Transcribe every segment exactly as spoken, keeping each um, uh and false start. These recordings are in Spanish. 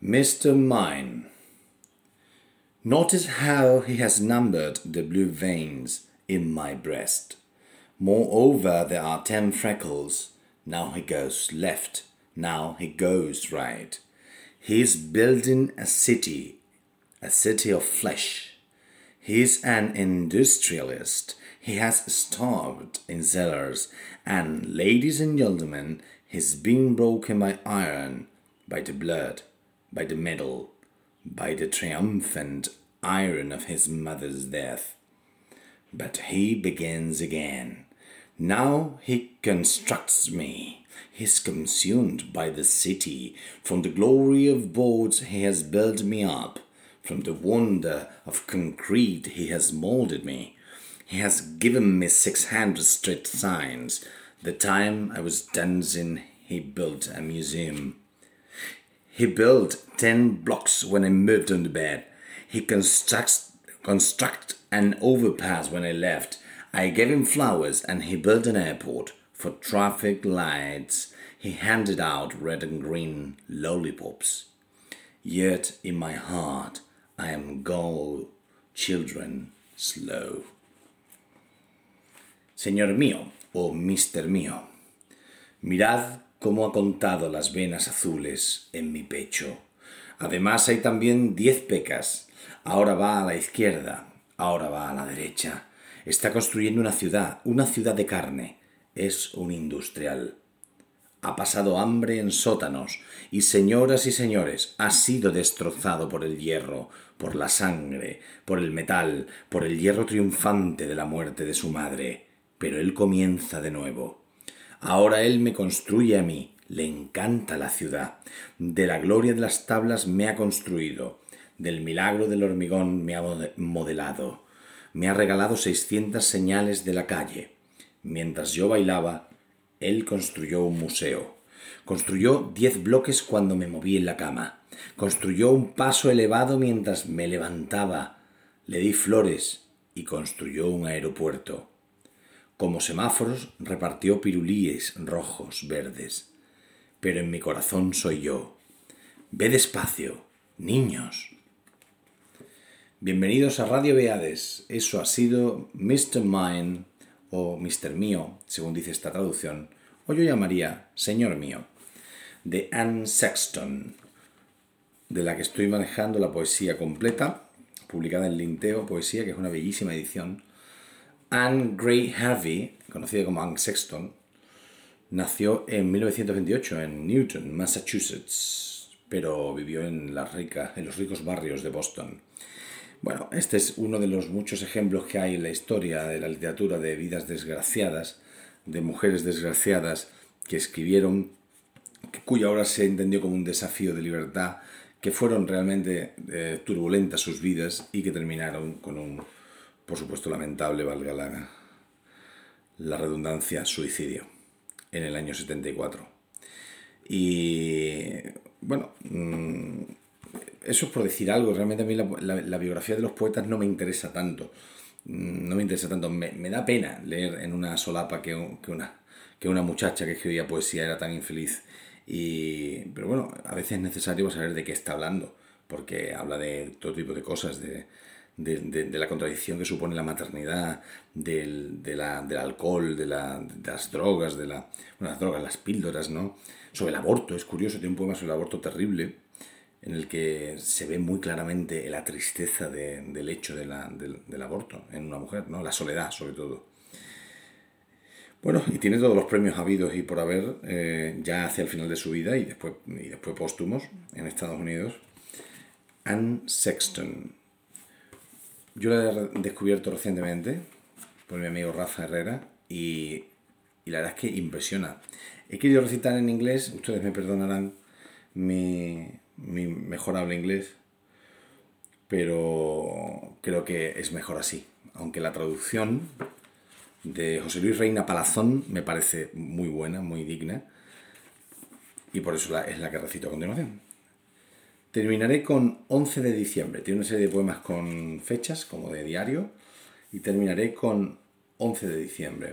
Mister Mine. Notice how he has numbered the blue veins in my breast. Moreover, there are ten freckles. Now he goes left. Now he goes right. He is building a city, a city of flesh. He is an industrialist. He has starved in cellars, and, ladies and gentlemen, he's been broken by iron, by the blood, by the metal, by the triumphant iron of his mother's death. But he begins again. Now he constructs me. He is consumed by the city. From the glory of boards he has built me up. From the wonder of concrete he has molded me. He has given me six hundred street signs. The time I was dancing, he built a museum. He built ten blocks when I moved on the bed. He constructs construct an overpass when I left. I gave him flowers and he built an airport. For traffic lights, he handed out red and green lollipops. Yet in my heart, I am go, children, slow. Señor mío, o Mister mío, mirad cómo ha contado las venas azules en mi pecho. Además hay también diez pecas. Ahora va a la izquierda, ahora va a la derecha. Está construyendo una ciudad, una ciudad de carne. Es un industrial. Ha pasado hambre en sótanos y, señoras y señores, ha sido destrozado por el hierro, por la sangre, por el metal, por el hierro triunfante de la muerte de su madre. Pero él comienza de nuevo. Ahora él me construye a mí. Le encanta la ciudad. De la gloria de las tablas me ha construido. Del milagro del hormigón me ha modelado. Me ha regalado seiscientas señales de la calle. Mientras yo bailaba, él construyó un museo. Construyó diez bloques cuando me moví en la cama. Construyó un paso elevado mientras me levantaba. Le di flores y construyó un aeropuerto. Como semáforos repartió pirulíes rojos, verdes. Pero en mi corazón soy yo. Ve despacio, niños. Bienvenidos a Radio Beades. Eso ha sido Mister Mine o Mister Mío, según dice esta traducción, o yo llamaría Señor Mío, de Anne Sexton, de la que estoy manejando la poesía completa, publicada en Linteo Poesía, que es una bellísima edición. Anne Gray Harvey, conocida como Anne Sexton, nació en mil novecientos veintiocho en Newton, Massachusetts, pero vivió en, las ricas, en los ricos barrios de Boston. Bueno, este es uno de los muchos ejemplos que hay en la historia de la literatura de vidas desgraciadas, de mujeres desgraciadas que escribieron, cuya obra se entendió como un desafío de libertad, que fueron realmente eh, turbulentas sus vidas y que terminaron con un, por supuesto lamentable, valga la, la redundancia, suicidio en el año setenta y cuatro. Y bueno, mmm, eso es por decir algo. Realmente a mí la, la, la biografía de los poetas no me interesa tanto. No me interesa tanto. Me, me da pena leer en una solapa que, que, una, que una muchacha que escribía poesía era tan infeliz. Y, pero bueno, a veces es necesario saber de qué está hablando, porque habla de todo tipo de cosas, de, de, de, de la contradicción que supone la maternidad, del, de la, del alcohol, de, la, de las drogas, de la, bueno, las drogas, las píldoras, ¿no? Sobre el aborto, es curioso, tiene un poema sobre el aborto terrible, en el que se ve muy claramente la tristeza de, del hecho de la, del, del aborto en una mujer, ¿no? La soledad, sobre todo. Bueno, y tiene todos los premios habidos y por haber, eh, ya hacia el final de su vida y después, y después póstumos en Estados Unidos. Anne Sexton. Yo la he descubierto recientemente por mi amigo Rafa Herrera y, y la verdad es que impresiona. He querido recitar en inglés, ustedes me perdonarán mi, mi mejorable inglés, pero creo que es mejor así. Aunque la traducción de José Luis Reina Palazón me parece muy buena, muy digna, y por eso la, es la que recito a continuación. Terminaré con once de diciembre. Tiene una serie de poemas con fechas, como de diario, y terminaré con once de diciembre.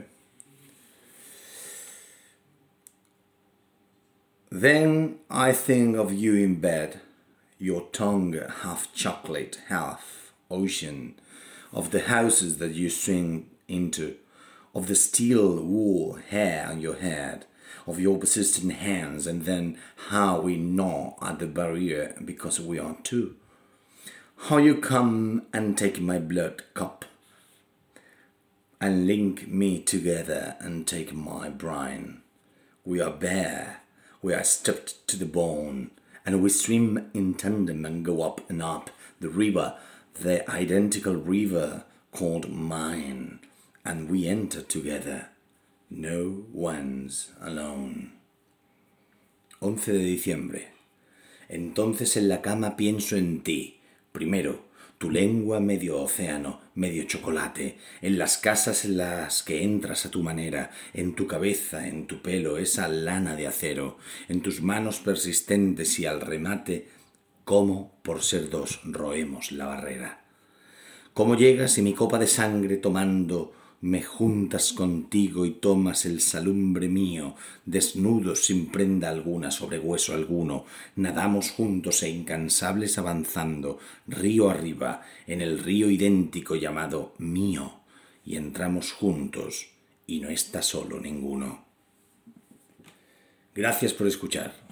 Then I think of you in bed, your tongue half chocolate, half ocean, of the houses that you swing into, of the steel wool hair on your head, of your persistent hands, and then how we gnaw at the barrier because we are two. How you come and take my blood cup and link me together and take my brine. We are bare, we are stripped to the bone, and we swim in tandem and go up and up the river, the identical river called mine, and we enter together. No one's alone. once de diciembre. Entonces en la cama pienso en ti. Primero, tu lengua medio océano, medio chocolate, en las casas en las que entras a tu manera, en tu cabeza, en tu pelo, esa lana de acero, en tus manos persistentes y al remate, cómo por ser dos roemos la barrera. Cómo llegas y mi copa de sangre tomando, me juntas contigo y tomas el salumbre mío, desnudos sin prenda alguna sobre hueso alguno, nadamos juntos e incansables avanzando, río arriba, en el río idéntico llamado mío, y entramos juntos, y no está solo ninguno. Gracias por escuchar.